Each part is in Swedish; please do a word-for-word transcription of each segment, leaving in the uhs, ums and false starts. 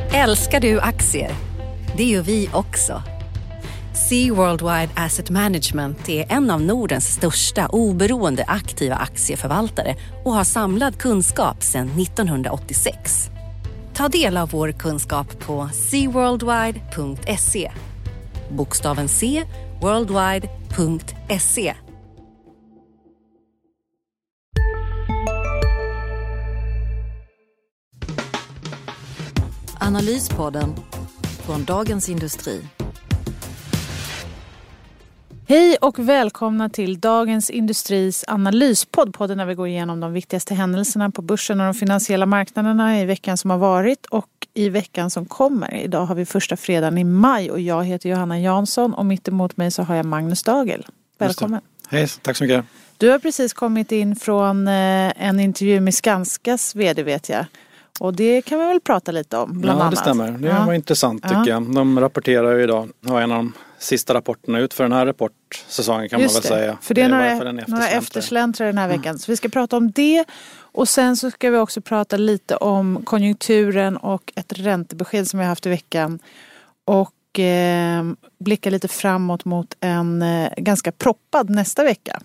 Älskar du aktier? Det gör vi också. Sea Worldwide Asset Management är en av Nordens största oberoende aktiva aktieförvaltare och har samlad kunskap sedan nittonhundraåttiosex. Ta del av vår kunskap på sea worldwide punkt se. Bokstaven C, worldwide punkt se. Analyspodden från Dagens Industri. Hej och välkomna till Dagens Industris analyspodd, podden där vi går igenom de viktigaste händelserna på börsen och de finansiella marknaderna i veckan som har varit och i veckan som kommer. Idag har vi första fredagen i maj och jag heter Johanna Jansson och mitt emot mig så har jag Magnus Dagel. Välkommen. Hej, tack så mycket. Du har precis kommit in från en intervju med Skanskas vd, vet jag. Och det kan vi väl prata lite om, bland ja, annat. Ja, det stämmer. Det ja. var intressant tycker ja. jag. De rapporterar ju idag, har en av de sista rapporterna ut för den här rapportsäsongen kan Just man väl det. säga. För det är, det är några, några, några eftersläntrare den här veckan. Mm. Så vi ska prata om det. Och sen så ska vi också prata lite om konjunkturen och ett räntebesked som vi har haft i veckan. Och eh, blicka lite framåt mot en eh, ganska proppad nästa vecka.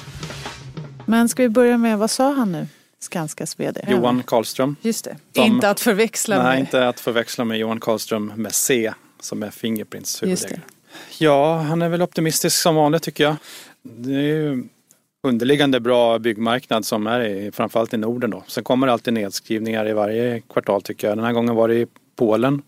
Men ska vi börja med, vad sa han nu? Skanskas vd. Johan Karlström. Just det. Som, inte att förväxla nej, med. Nej, inte att förväxla med Johan Karlström med C som är Fingerprints huvudägare. Just det. Ja, han är väl optimistisk som vanligt tycker jag. Det är ju underliggande bra byggmarknad som är i, framförallt i Norden då. Sen kommer det alltid nedskrivningar i varje kvartal tycker jag. Den här gången var det i Polen.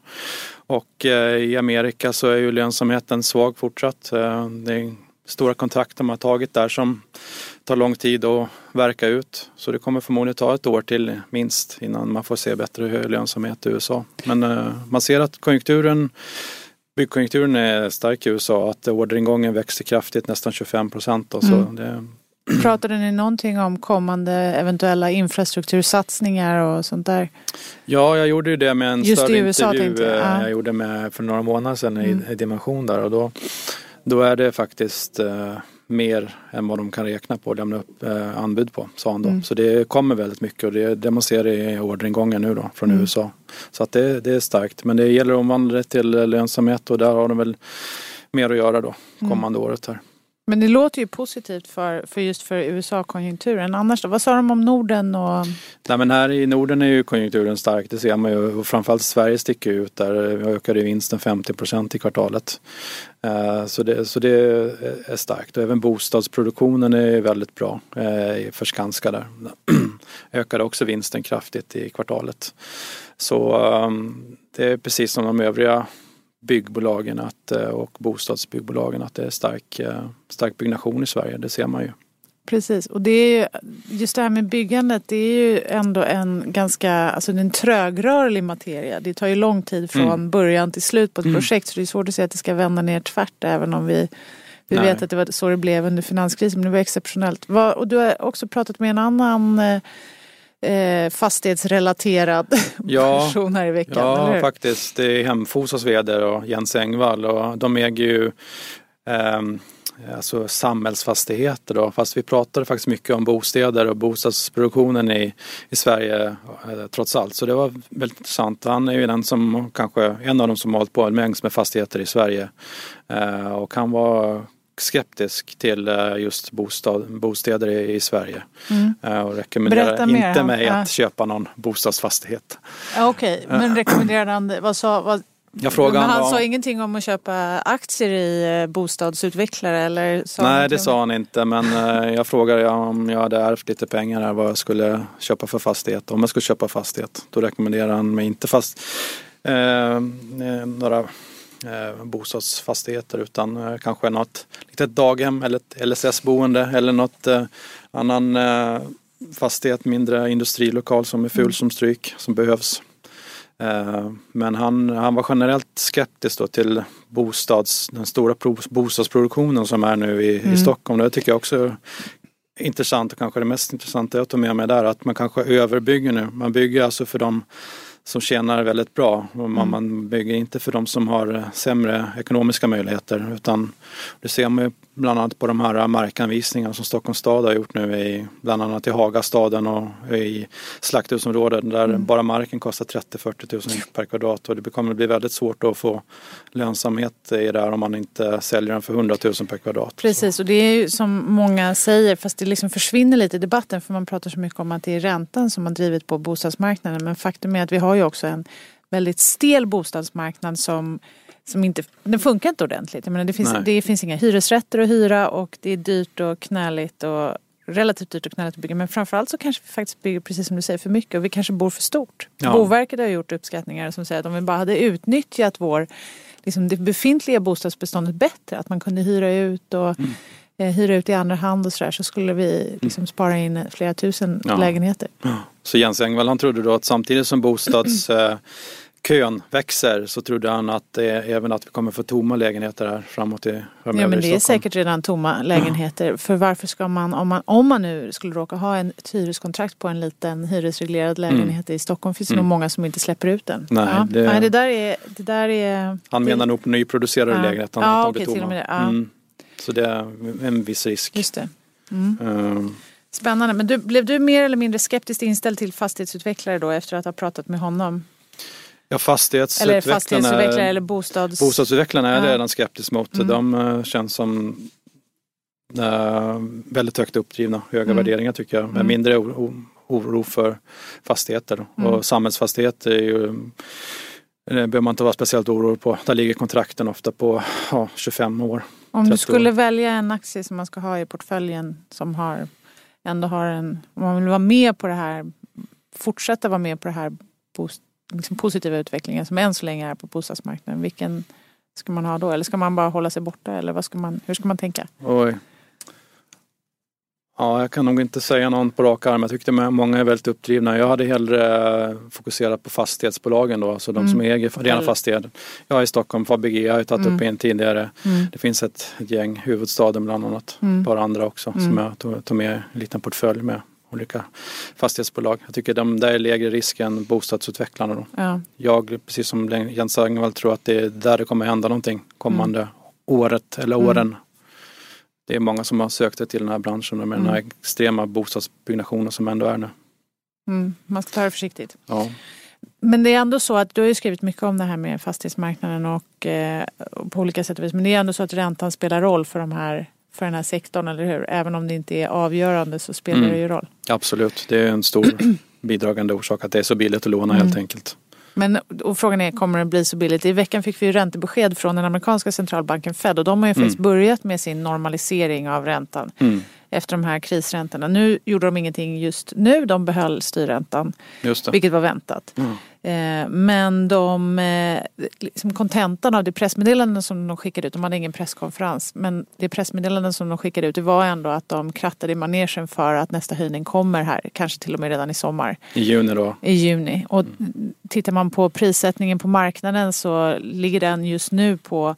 Och eh, i Amerika så är ju lönsamheten svag fortsatt. Eh, det är stora kontrakt de har tagit där som tar lång tid att verka ut. Så det kommer förmodligen ta ett år till minst innan man får se bättre lönsamhet i U S A. Men eh, man ser att konjunkturen, byggkonjunkturen är stark i U S A. Att orderingången växer kraftigt, nästan tjugofem procent. Och så. Mm. Det... Pratade ni någonting om kommande eventuella infrastruktursatsningar och sånt där? Ja, jag gjorde ju det med en Just större i U S A, intervju jag. Ja. jag gjorde med för några månader sedan mm. i, i Dimension där. Och då, då är det faktiskt eh, mer än vad de kan räkna på och lämna upp eh, anbud på, sa han då. Mm. Så det kommer väldigt mycket och det, det man ser i orderingången nu då från mm. U S A. Så att det, det är starkt. Men det gäller att omvandla det till lönsamhet och där har de väl mer att göra då kommande mm. året här. Men det låter ju positivt för, för just för U S A-konjunkturen. Annars då? Vad sa de om Norden? Och... Nej, men här i Norden är ju konjunkturen stark. Det ser man ju. Och framförallt Sverige sticker ut där. Vi ökade vinsten femtio procent i kvartalet. Uh, så, det, så det är starkt. Och även bostadsproduktionen är väldigt bra uh, för Skanska där. Ökade också vinsten kraftigt i kvartalet. Så um, det är precis som de övriga byggbolagen att, och bostadsbyggbolagen att det är stark, stark byggnation i Sverige, det ser man ju. Precis, och det är ju, just det här med byggandet, det är ju ändå en ganska, alltså en trögrörlig materia. Det tar ju lång tid från mm. början till slut på ett mm. projekt, så det är svårt att säga att det ska vända ner tvärt, även om vi, vi vet att det var så det blev under finanskrisen, men det var exceptionellt. Och du har också pratat med en annan Eh, fastighetsrelaterad ja, person här i veckan. Ja, eller hur? faktiskt. Det är Hemfosas vd och Jens Engvall och de äger ju eh, alltså samhällsfastigheter då. Fast vi pratade faktiskt mycket om bostäder och bostadsproduktionen i, i Sverige eh, trots allt. Så det var väldigt intressant. Han är ju den som kanske en av dem som har hållit på en mängd med fastigheter i Sverige eh, och han var skeptisk till just bostad, bostäder i, i Sverige mm. och rekommenderar inte mig ja. att köpa någon bostadsfastighet. Ja, okej, okay. Men rekommenderade han, vad sa, vad, jag frågade men han vad, sa ingenting om att köpa aktier i bostadsutvecklare? Eller sa nej, det sa han inte, men jag frågade om jag hade ärvt lite pengar här, vad jag skulle köpa för fastighet. Om jag skulle köpa fastighet, då rekommenderar han mig inte fast eh, några Eh, bostadsfastigheter utan eh, kanske något litet daghem eller ett L S S-boende eller något eh, annan eh, fastighet, mindre industrilokal som är ful mm. som stryk som behövs. Eh, men han, han var generellt skeptisk då till bostads, den stora pro- bostadsproduktionen som är nu i, mm. i Stockholm. Det tycker jag också är intressant och kanske det mest intressanta jag tar med mig där att man kanske överbygger nu. Man bygger alltså för de som tjänar väldigt bra. Man, Mm. man bygger inte för de som har sämre ekonomiska möjligheter, utan det ser man ju bland annat på de här markanvisningarna som Stockholms stad har gjort nu i, bland annat i Hagastaden och i slakthusområden där Mm. bara marken kostar trettio till fyrtio tusen per kvadrat, och det kommer bli väldigt svårt att få lönsamhet i det här om man inte säljer den för hundra tusen per kvadrat. Precis, och det är ju som många säger, fast det liksom försvinner lite i debatten för man pratar så mycket om att det är räntan som har drivit på bostadsmarknaden, men faktum är att vi har ju också en väldigt stel bostadsmarknad som, som inte, den funkar inte ordentligt. Jag menar, det, finns, det finns inga hyresrätter att hyra och det är dyrt och knäligt och relativt dyrt och knäligt att bygga, men framförallt så kanske vi faktiskt bygger, precis som du säger, för mycket och vi kanske bor för stort. Ja. Boverket har gjort uppskattningar som säger att om vi bara hade utnyttjat vår, liksom det befintliga bostadsbeståndet bättre, att man kunde hyra ut och mm. eh, hyra ut i andra hand och sådär, så skulle vi liksom spara in flera tusen ja. lägenheter. Ja. Så Jens Engvall, han trodde då att samtidigt som bostadskön växer så trodde han att det, även att vi kommer få tomma lägenheter här framåt i framöver. Ja, men det är Stockholm. säkert redan tomma lägenheter. Ja. För varför ska man, om man, om man nu skulle råka ha en hyreskontrakt på en liten hyresreglerad lägenhet mm. i Stockholm, finns det mm. nog många som inte släpper ut den. Nej, ja. det... Nej, det där är... Det där är han det... menar nog på nyproducerade ja. lägenheter. Ja, att okej, de till och med det. Ja. Mm. Så det är en viss risk. Just det. Mm. Um. Spännande. Men du, blev du mer eller mindre skeptiskt inställd till fastighetsutvecklare då efter att ha pratat med honom? Ja, fastighetsutvecklarna, eller fastighetsutvecklare eller bostads... bostadsutvecklarna är ja. redan skeptisk mot. Mm. De uh, känns som uh, väldigt högt uppdrivna, höga mm. värderingar tycker jag. Med mm. mindre oro, oro för fastigheter. Mm. Och samhällsfastigheter är ju, det behöver man inte vara speciellt orolig på. Där ligger kontrakten ofta på ja, tjugofem år. Om du skulle år. välja en aktie som man ska ha i portföljen som har ändå har en, om man vill vara med på det här, fortsätta vara med på det här bost, liksom positiva utvecklingen som än så länge är på bostadsmarknaden, vilken ska man ha då? Eller ska man bara hålla sig borta? Eller vad ska man, hur ska man tänka? Oj. Ja, jag kan nog inte säga någon på rak arm. Jag tyckte många är väldigt uppdrivna. Jag hade hellre fokuserat på fastighetsbolagen då, alltså de mm. som äger rena fastigheter. Jag är i Stockholm, F A B G, jag har tagit mm. upp en tidigare. Mm. Det finns ett, ett gäng, huvudstaden bland annat, mm. bara andra också, mm. som jag tog, tog med en liten portfölj med olika fastighetsbolag. Jag tycker de där är lägre risk än bostadsutvecklarna då. Ja. Jag, precis som Jens Engvall, tror att det är där det kommer hända någonting kommande mm. året eller åren. Mm. Det är många som har sökt sig till den här branschen med mm. den här extrema bostadsbyggnationen som ändå är nu. Mm, man ska ta det försiktigt. Ja. Men det är ändå så att du har ju skrivit mycket om det här med fastighetsmarknaden och eh, på olika sätt och vis. Men det är ändå så att räntan spelar roll för, de här, för den här sektorn, eller hur? Även om det inte är avgörande så spelar mm. det ju roll. Absolut, det är en stor bidragande orsak att det är så billigt att låna mm. helt enkelt. Men och frågan är, kommer det bli så billigt? I veckan fick vi ju räntebesked från den amerikanska centralbanken Fed och de har ju faktiskt mm. börjat med sin normalisering av räntan mm. efter de här krisräntorna. Nu gjorde de ingenting just nu, de behöll styrräntan, just det. Vilket var väntat. Mm. Eh, men de, eh, liksom kontentan av det pressmeddelanden som de skickade ut, de hade ingen presskonferens, men det pressmeddelanden som de skickade ut, det var ändå att de krattade i manegen för att nästa höjning kommer här, kanske till och med redan i sommar. I juni då? I juni. Och mm. tittar man på prissättningen på marknaden så ligger den just nu på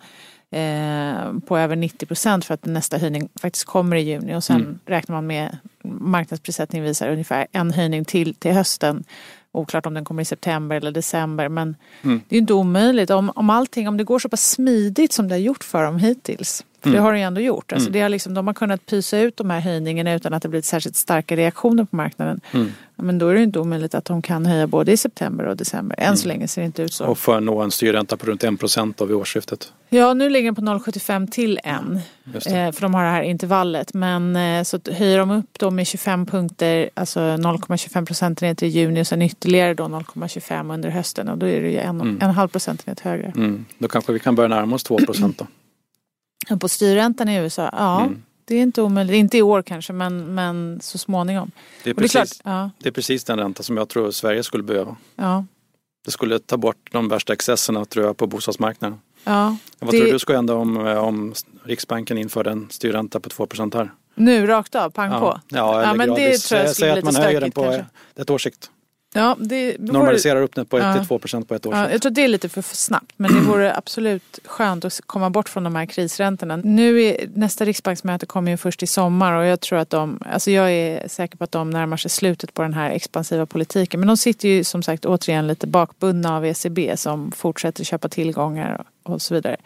Eh, på över nittio procent för att nästa höjning faktiskt kommer i juni och sen mm. räknar man med marknadsprissättning visar ungefär en höjning till till hösten. Oklart om den kommer i september eller december, men mm. det är inte omöjligt om, om allting, om det går så pass smidigt som det har gjort för dem hittills. För mm. det har det ju ändå gjort. Alltså mm. det har liksom, de har kunnat pysa ut de här höjningarna utan att det blir särskilt starka reaktioner på marknaden. Mm. Men då är det inte omöjligt att de kan höja både i september och december. Än mm. så länge ser det inte ut så. Och för att nå en styrränta på runt en procent av årsskiftet. Ja, nu ligger den på noll komma sjuttiofem till en. Eh, för de har det här intervallet. Men eh, så höjer de upp då med tjugofem punkter, alltså noll komma tjugofem procentenheter i juni och sen ytterligare då noll komma tjugofem under hösten. Och då är det ju en, mm. en halv procentenhet högre. Mm. Då kanske vi kan börja närma oss två procent då. På styrräntan i U S A, ja. Mm. Det är inte omöjligt, inte i år kanske, men, men så småningom. Det är, precis, det, är klart, ja. det är precis den ränta som jag tror Sverige skulle behöva. Ja. Det skulle ta bort de värsta excesserna, tror jag, på bostadsmarknaden. Ja, Vad det... tror du ska hända om, om Riksbanken inför en styrränta på två procent här? Nu, rakt av, pang ja. på? Ja, eller ja, men gradvis. det tror jag Säg att man höjer den på kanske. ett års sikt. Ja, det normaliserar vore... upp det på ett ja. till två procent på ett år. Ja, jag tror det är lite för snabbt, men det vore absolut skönt att komma bort från de här krisräntorna. Nu är, nästa riksbanksmöte kommer ju först i sommar och jag tror att de, alltså jag är säker på att de närmar sig slutet på den här expansiva politiken. Men de sitter ju som sagt återigen lite bakbundna av E C B som fortsätter köpa tillgångar och så vidare.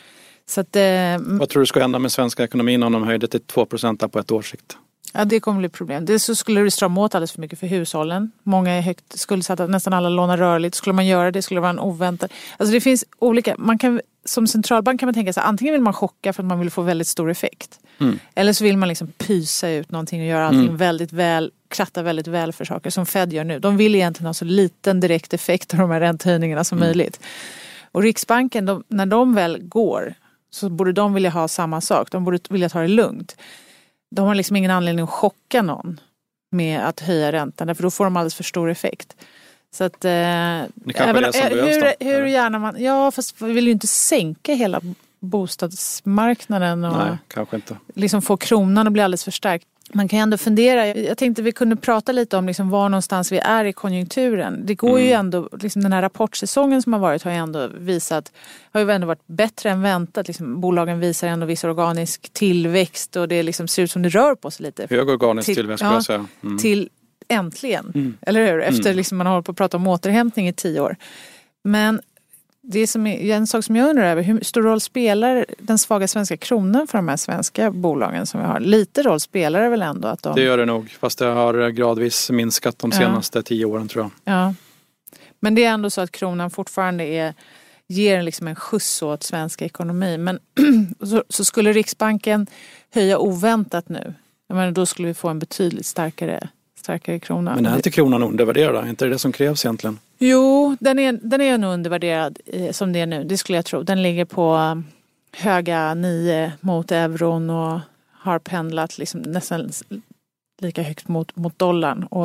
Så att, eh, vad tror du ska hända med svenska ekonomin om de höjde till två procent på ett års sikt? Ja, det kommer bli problem. Det så skulle det strama åt alldeles för mycket för hushållen. Många är högt skuldsatta, nästan alla lånar rörligt. Skulle man göra det skulle det vara en oväntad. Alltså det finns olika, man kan, som centralbank kan man tänka sig antingen vill man chocka för att man vill få väldigt stor effekt. Mm. Eller så vill man liksom pysa ut någonting och göra allting mm. väldigt väl, kratta väldigt väl för saker som Fed gör nu. De vill egentligen ha så liten direkt effekt av de här räntehöjningarna som mm. möjligt. Och Riksbanken, de, när de väl går så borde de vilja ha samma sak. De borde vilja ta det lugnt. De har liksom ingen anledning att chocka någon med att höja räntan. För då får de alldeles för stor effekt. Så att, eh, även, det som hur, hur gärna man... Ja, fast vi vill ju inte sänka hela bostadsmarknaden. Och nej, kanske inte. Liksom få kronan att bli alldeles för stark. Man kan ju ändå fundera. Jag tänkte vi kunde prata lite om liksom var någonstans vi är i konjunkturen. Det går mm. ju ändå, liksom den här rapportsäsongen som har varit har ju ändå visat, har ju ändå varit bättre än väntat. Liksom, bolagen visar ändå viss organisk tillväxt och det liksom ser ut som det rör på sig lite. Hög organisk till, tillväxt skulle ja, jag säga. Mm. Till äntligen, mm. eller hur? Efter mm. liksom man har hållit på att prata om återhämtning i tio år. Men det som är en sak som jag undrar över, hur stor roll spelar den svaga svenska kronan för de här svenska bolagen som vi har? Lite roll spelar det väl ändå att de... Det gör det nog, fast det har gradvis minskat de senaste ja. tio åren tror jag. Ja, men det är ändå så att kronan fortfarande är, ger liksom en skjuts åt svenska ekonomi. Men så, så skulle Riksbanken höja oväntat nu, jag menar, då skulle vi få en betydligt starkare, starkare krona. Men är inte kronan undervärderad? Är inte det det som krävs egentligen? Jo, den är, den är nog undervärderad eh, som det är nu. Det skulle jag tro. Den ligger på höga nio mot euron och har pendlat liksom nästan lika högt mot, mot dollarn. Och...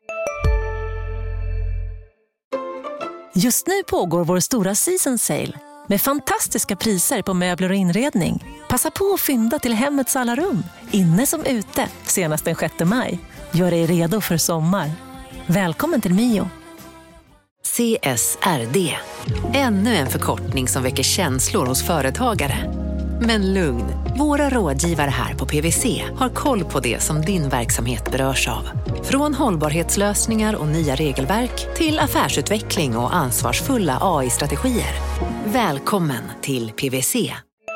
Just nu pågår vår stora season sale med fantastiska priser på möbler och inredning. Passa på att fynda till hemmets alla rum, inne som ute, senast den sjätte maj. Gör dig redo för sommar. Välkommen till Mio. C S R D. Ännu en förkortning som väcker känslor hos företagare. Men lugn, våra rådgivare här på P W C har koll på det som din verksamhet berörs av. Från hållbarhetslösningar och nya regelverk till affärsutveckling och ansvarsfulla A I-strategier. Välkommen till P W C.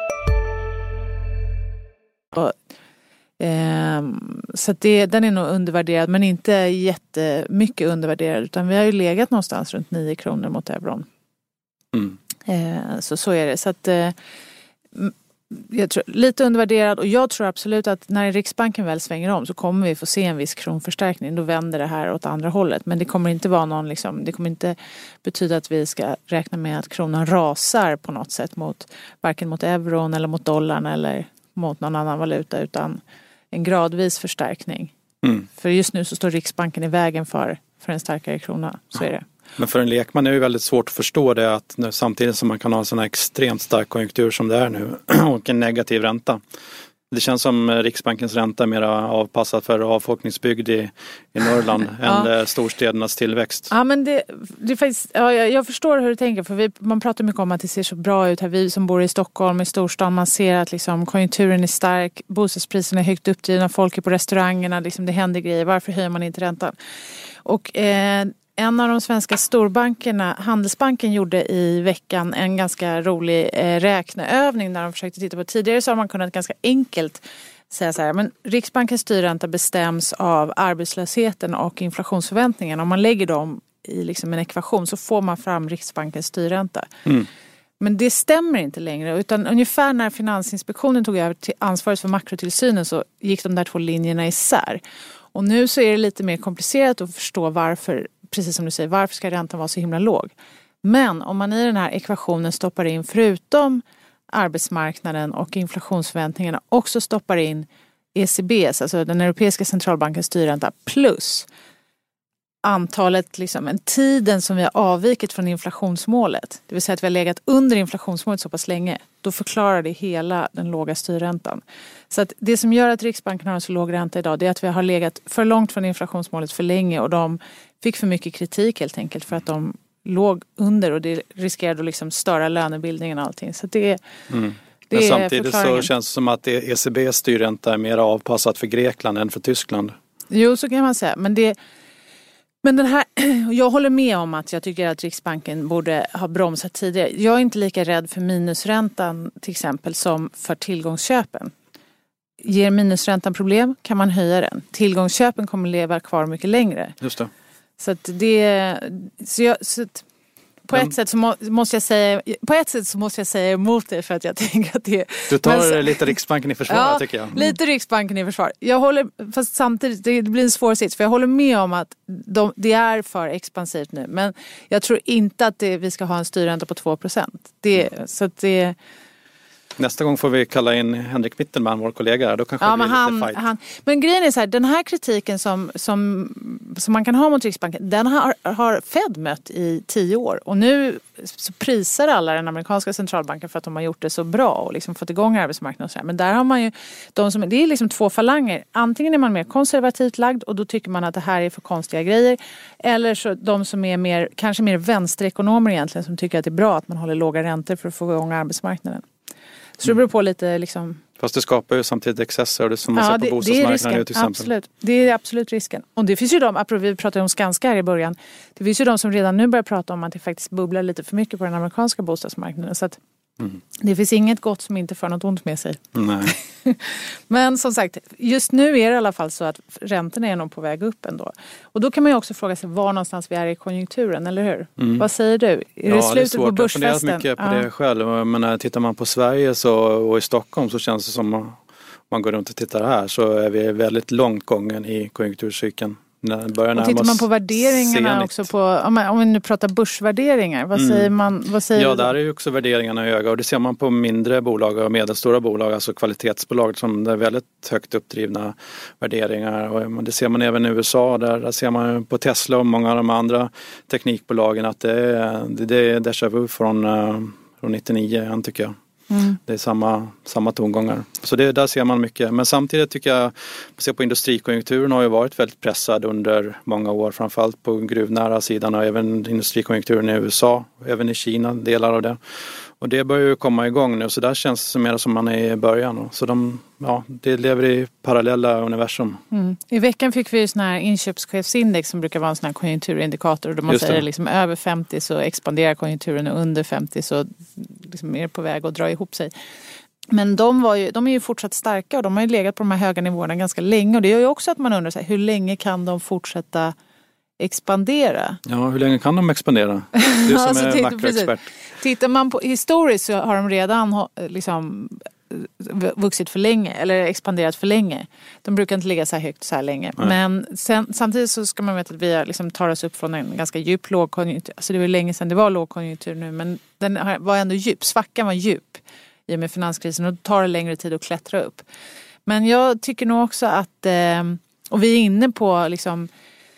Och, eh, så att det, den är nog undervärderad, men inte jättemycket undervärderad, utan vi har ju legat någonstans runt nio kronor mot euron. Mm. Eh, så så är det. Så att eh, jag tror, lite undervärderad, och jag tror absolut att när Riksbanken väl svänger om så kommer vi få se en viss kronförstärkning. Då vänder det här åt andra hållet, men det kommer inte vara någon liksom, det kommer inte betyda att vi ska räkna med att kronan rasar på något sätt mot varken mot euron eller mot dollarn eller mot någon annan valuta, utan en gradvis förstärkning. Mm. För just nu så står Riksbanken i vägen för, för en starkare krona, så är det. Men för en lekman är det väldigt svårt att förstå det, att nu, samtidigt som man kan ha en sån här extremt stark konjunktur som det är nu och en negativ ränta. Det känns som Riksbankens ränta är mer avpassad för avfolkningsbygd i, i Norrland ja. än storstädernas tillväxt. Ja, men det, det är faktiskt, ja, jag, jag förstår hur du tänker, för vi, man pratar mycket om att det ser så bra ut här. Vi som bor i Stockholm, i storstan, man ser att liksom, konjunkturen är stark, bostadspriserna är högt uppdrivna, folk är på restaurangerna, liksom, det händer grejer. Varför höjer man inte räntan? Och eh, en av de svenska storbankerna, Handelsbanken, gjorde i veckan en ganska rolig eh, räkneövning när de försökte titta på. Tidigare så har man kunnat ganska enkelt säga så här, men Riksbankens styrränta bestäms av arbetslösheten och inflationsförväntningen. Om man lägger dem i liksom en ekvation så får man fram Riksbankens styrränta. Mm. Men det stämmer inte längre, utan ungefär när Finansinspektionen tog över till ansvaret för makrotillsynen så gick de där två linjerna isär. Och nu så är det lite mer komplicerat att förstå varför, precis som du säger, varför ska räntan vara så himla låg. Men om man i den här ekvationen stoppar in, förutom arbetsmarknaden och inflationsförväntningarna, också stoppar in E C B:s, alltså den europeiska centralbankens styrränta, plus antalet, liksom, en tiden som vi har avvikit från inflationsmålet, det vill säga att vi har legat under inflationsmålet så pass länge, då förklarar det hela den låga styrräntan. Så att det som gör att Riksbanken har en så låg ränta idag, det är att vi har legat för långt från inflationsmålet för länge och de fick för mycket kritik helt enkelt för att de låg under och det riskerade att liksom störa lönebildningen och allting. Så det, mm. det Men är samtidigt så känns det som att E C B:s styrränta är mer avpassat för Grekland än för Tyskland. Jo, så kan man säga. Men, det, men den här, jag håller med om att jag tycker att Riksbanken borde ha bromsat tidigare. Jag är inte lika rädd för minusräntan till exempel som för tillgångsköpen. Ger minusräntan problem kan man höja den. Tillgångsköpen kommer leva kvar mycket längre. Just det. Så att det... Så jag, så att på, ett sätt så må, måste jag säga, på ett sätt så måste jag säga emot det för att jag tänker att det... Du tar men, lite Riksbanken i försvar, ja, tycker jag. Mm. Lite Riksbanken i försvar. Jag håller, fast samtidigt, det blir en svår sits. För jag håller med om att de, det är för expansivt nu. Men jag tror inte att det, vi ska ha en styrränta på två procent. Det, så att det... Nästa gång får vi kalla in Henrik Mittelman, vår kollega. Då kanske ja, det blir men han, lite fight. Han, men grejen är så här, den här kritiken som, som, som man kan ha mot Riksbanken, den har, har Fed mött i tio år. Och nu så prisar alla den amerikanska centralbanken för att de har gjort det så bra och liksom fått igång arbetsmarknaden och så här. Men där har man ju, de som, det är liksom två falanger. Antingen är man mer konservativt lagd och då tycker man att det här är för konstiga grejer. Eller så de som är mer, kanske mer vänsterekonomer egentligen, som tycker att det är bra att man håller låga räntor för att få igång arbetsmarknaden. Så det beror på lite liksom... Fast det skapar ju samtidigt excesser och det som man ja, ser på det, bostadsmarknaden det nu till exempel. Absolut. Det är absolut risken. Och det finns ju de, apropå vi pratade om Skanska här i början, det finns ju de som redan nu börjar prata om att det faktiskt bubblar lite för mycket på den amerikanska bostadsmarknaden. Så att mm. det finns inget gott som inte för något ont med sig. Nej. Men som sagt, just nu är det i alla fall så att räntorna är nog på väg upp ändå. Och då kan man ju också fråga sig var någonstans vi är i konjunkturen, eller hur? Mm. Vad säger du? Är ja, det slutet det är på börsfesten? Jag har funderat mycket på ja. det själv. Men tittar man på Sverige så, och i Stockholm så känns det som om man går runt och tittar här så är vi väldigt långt gången i konjunkturcykeln. Och tittar man på värderingarna senigt. Också på, om vi nu pratar börsvärderingar, vad säger mm. man? Vad säger ja, där är ju också värderingarna höga och det ser man på mindre bolag och medelstora bolag, alltså kvalitetsbolag som det är väldigt högt uppdrivna värderingar och det ser man även i U S A, där, där ser man på Tesla och många av de andra teknikbolagen att det är, det är déjà vu från, från nittionio, tycker jag. Mm. Det är samma, samma tongångar. Så det, där ser man mycket. Men samtidigt tycker jag, se på industrikonjunkturen har ju varit väldigt pressad under många år. Framförallt på gruvnära sidan och även industrikonjunkturen i U S A. Även i Kina, delar av det. Och det börjar ju komma igång nu. Så där känns det mer som man är i början. Så de, ja, det lever i parallella universum. Mm. I veckan fick vi ju sån här inköpschefsindex som brukar vara en sån här konjunkturindikator. Och då man säger liksom över femtio så expanderar konjunkturen och under femtio så liksom är det på väg att dra ihop sig. Men de, var ju, de är ju fortsatt starka och de har ju legat på de här höga nivåerna ganska länge. Och det gör ju också att man undrar så här, hur länge kan de fortsätta expandera? Ja, hur länge kan de expandera? Du som alltså, är makroexpert. Tittar man på historiskt så har de redan liksom vuxit för länge eller expanderat för länge. De brukar inte ligga så här högt så här länge. Nej. Men sen, samtidigt så ska man veta att vi har liksom tar oss upp från en ganska djup lågkonjunktur. Alltså det var länge sedan det var lågkonjunktur nu, men den var ändå djup. Svackan var djup i och med finanskrisen och då tar det längre tid att klättra upp. Men jag tycker nog också att, och vi är inne på liksom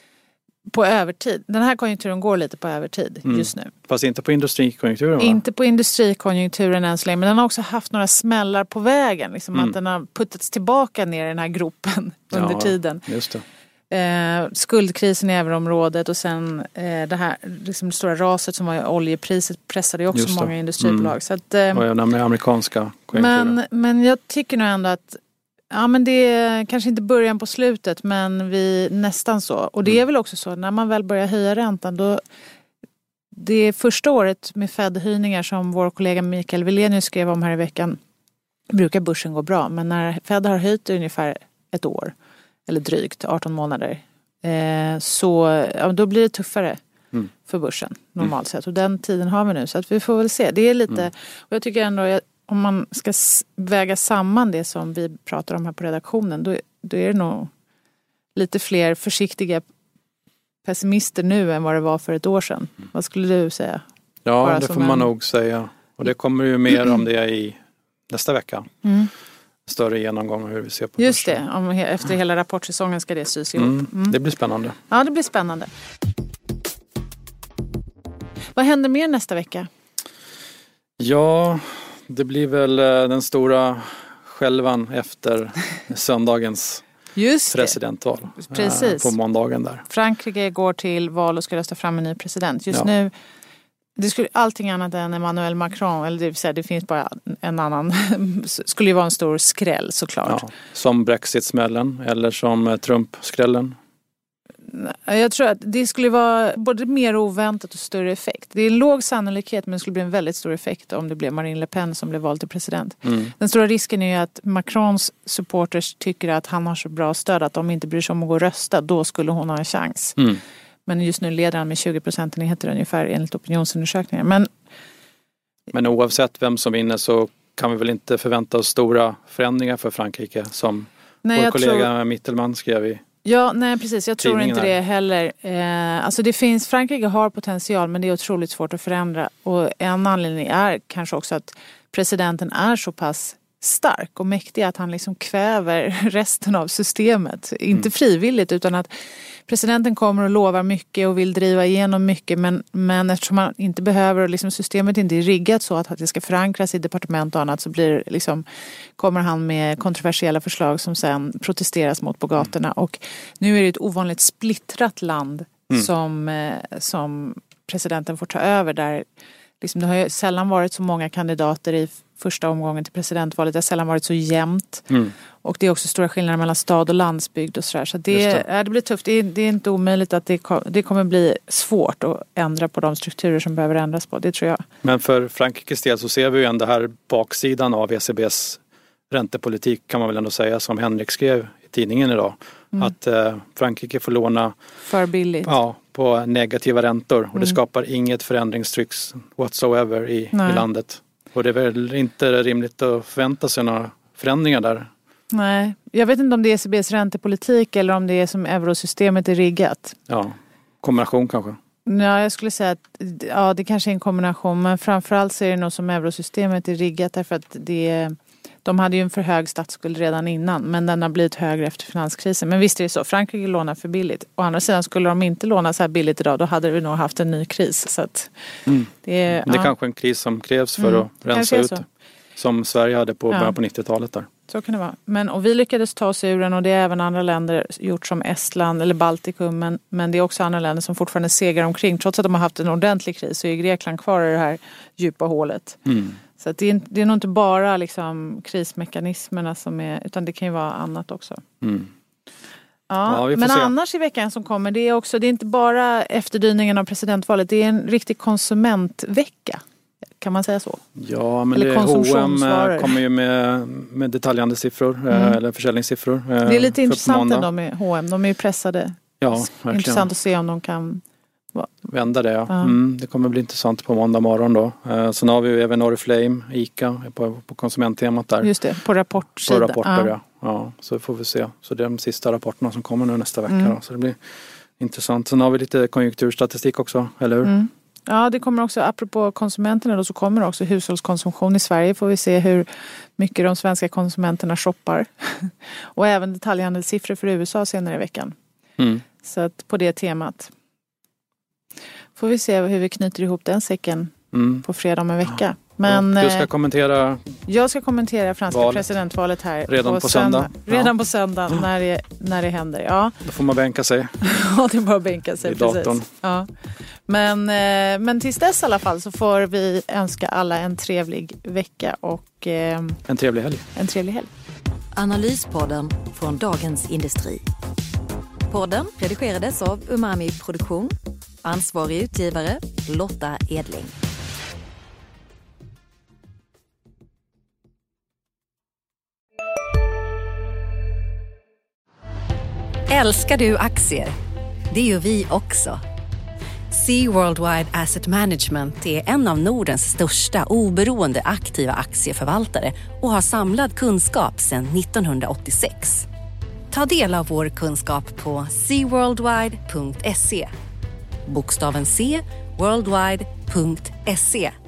på övertid. Den här konjunkturen går lite på övertid mm. just nu. Fast inte på industrikonjunkturen, va? Inte på industrikonjunkturen än så länge. Men den har också haft några smällar på vägen. Liksom mm. att den har puttats tillbaka ner i den här gropen under ja, tiden. Just det. Eh, skuldkrisen i euroområdet och sen eh, det här liksom det stora raset som var i oljepriset pressade ju också många industribolag. Mm. Så att, eh, och även med amerikanska konjunkturer. Men, men jag tycker nog ändå att ja, men det är kanske inte början på slutet, men vi nästan så. Och det är väl också så, när man väl börjar höja räntan, då det är första året med Fed-höjningar som vår kollega Mikael Wilenius skrev om här i veckan, brukar börsen gå bra. Men när Fed har höjt ungefär ett år, eller drygt arton månader, eh, så ja, då blir det tuffare mm. för börsen normalt mm. sett. Och den tiden har vi nu, så att vi får väl se. Det är lite, mm. och jag tycker ändå, jag, om man ska väga samman det som vi pratar om här på redaktionen, då, då är det nog lite fler försiktiga pessimister nu än vad det var för ett år sedan. Mm. Vad skulle du säga? Ja, Bara det får man en... nog säga. Och det kommer ju mer om det i nästa vecka. Mm. större genomgång av hur vi ser på Just börsen. det, om, efter hela rapportsäsongen ska det sys ihop. Mm, Mm. Det blir spännande. Ja, det blir spännande. Vad händer mer nästa vecka? Ja, det blir väl eh, den stora skälvan efter söndagens Just det. presidentval. eh, Precis. På måndagen där. Frankrike går till val och ska rösta fram en ny president. Just Ja. nu, det skulle allting annat än Emmanuel Macron, eller det vill säga det finns bara en annan, skulle ju vara en stor skräll såklart. Ja, som Brexit-smällen eller som eh, Trump-skrällen. Jag tror att det skulle vara både mer oväntat och större effekt. Det är en låg sannolikhet, men det skulle bli en väldigt stor effekt om det blev Marine Le Pen som blev vald till president. Mm. Den stora risken är ju att Macrons supporters tycker att han har så bra stöd att de inte bryr sig om att gå och rösta. Då skulle hon ha en chans. Mm. Men just nu leder han med tjugo procentenheter ungefär enligt opinionsundersökningar. Men Men oavsett vem som vinner så kan vi väl inte förvänta oss stora förändringar för Frankrike som nej, vår jag kollega tror... Mittelman skrev i. Ja, nej precis. Jag tror Tidningen inte här. det heller. Eh, alltså det finns, Frankrike har potential, men det är otroligt svårt att förändra. Och en anledning är kanske också att presidenten är så pass stark och mäktig att han liksom kväver resten av systemet. Inte Mm. frivilligt, utan att presidenten kommer och lovar mycket och vill driva igenom mycket, men, men eftersom man inte behöver och liksom systemet inte är riggat så att det ska förankras i departement och annat, så blir liksom, kommer han med kontroversiella förslag som sen protesteras mot på gatorna. Och nu är det ett ovanligt splittrat land Mm. som, eh, som presidenten får ta över, där liksom, det har ju sällan varit så många kandidater i första omgången till presidentvalet. Det har sällan varit så jämnt. Mm. Och det är också stora skillnader mellan stad och landsbygd och sådär. Så det, Just det. ja, det blir tufft. Det är, det är inte omöjligt att det, kom, det kommer bli svårt att ändra på de strukturer som behöver ändras på. Det tror jag. Men för Frankrikes del så ser vi ju ändå här baksidan av E C B:s räntepolitik, kan man väl ändå säga, som Henrik skrev i tidningen idag. Mm. Att eh, Frankrike får låna För billigt. ja, på negativa räntor och Mm. det skapar inget förändringstryck whatsoever i, i Nej. landet. Och det är väl inte rimligt att förvänta sig några förändringar där. Nej, jag vet inte om det är E C B:s räntepolitik eller om det är som eurosystemet är riggat. Ja, kombination kanske. Ja, jag skulle säga att ja, det kanske är en kombination, men framförallt så är det nog som eurosystemet är riggat, därför att det, de hade ju en för hög statsskuld redan innan, men den har blivit högre efter finanskrisen. Men visst är det så, Frankrike lånar för billigt. Å andra sidan, skulle de inte låna så här billigt idag, då hade vi nog haft en ny kris. Så att Mm. det är, Det är ja, kanske en kris som krävs för Mm, att rensa kanske är ut. så. Som Sverige hade på Ja. början på nittiotalet där. så kan det vara. Men, och vi lyckades ta oss ur den, och det är även andra länder gjort, som Estland eller Baltikum, men, men det är också andra länder som fortfarande segrar omkring. Trots att de har haft en ordentlig kris så är Grekland kvar i det här djupa hålet. Mm. Så att det, är, det är nog inte bara liksom krismekanismerna som är, utan det kan ju vara annat också. Mm. Ja, Ja, vi får men se. annars i veckan som kommer, det är också, det är inte bara efterdyningen av presidentvalet, det är en riktig konsumentvecka. Kan man säga så? Ja, men Eller det, H och M konsumtionsvaror. kommer ju med, med detaljhandelssiffror Mm. eh, eller försäljningssiffror. eh, Det är lite för på intressant måndag. ändå med H och M. De är ju pressade. Ja, verkligen. Intressant att se om de kan... Vända det, ja. Ja. Mm, det kommer bli intressant på måndag morgon då. Eh, sen har vi ju även Oriflame, ICA på, på konsumenttemat där. Just det, på På rapportsidan. rapporter, Ja. ja. ja. Så får vi se. Så det är de sista rapporterna som kommer nu nästa vecka. Mm. Då. Så det blir intressant. Sen har vi lite konjunkturstatistik också, eller hur? Mm. Ja, det kommer också, apropå konsumenterna då, så kommer också hushållskonsumtion i Sverige. Får vi se hur mycket de svenska konsumenterna shoppar. Och även detaljhandelssiffror för U S A senare i veckan. Mm. Så att på det temat får vi se hur vi knyter ihop den säcken Mm. på fredag om en vecka. Men Och du ska eh, kommentera, jag ska kommentera franska valet. presidentvalet här Redan på söndag. Ja. Redan på söndag när det, när det händer. Ja. då får man bänka sig. Ja, det är bara att bänka sig. I datorn. Precis. Ja. Men, eh, men tills dess i alla fall så får vi önska alla en trevlig vecka och eh, En trevlig helg. en trevlig helg. Analyspodden från Dagens Industri. Podden redigerades av Umami Produktion. Ansvarig utgivare Lotta Edling. Älskar du aktier? Det gör vi också. Sea Worldwide Asset Management är en av Nordens största oberoende aktiva aktieförvaltare och har samlad kunskap sedan nittonhundraåttiosex. Ta del av vår kunskap på sea worldwide punkt se. Bokstaven C, worldwide punkt se.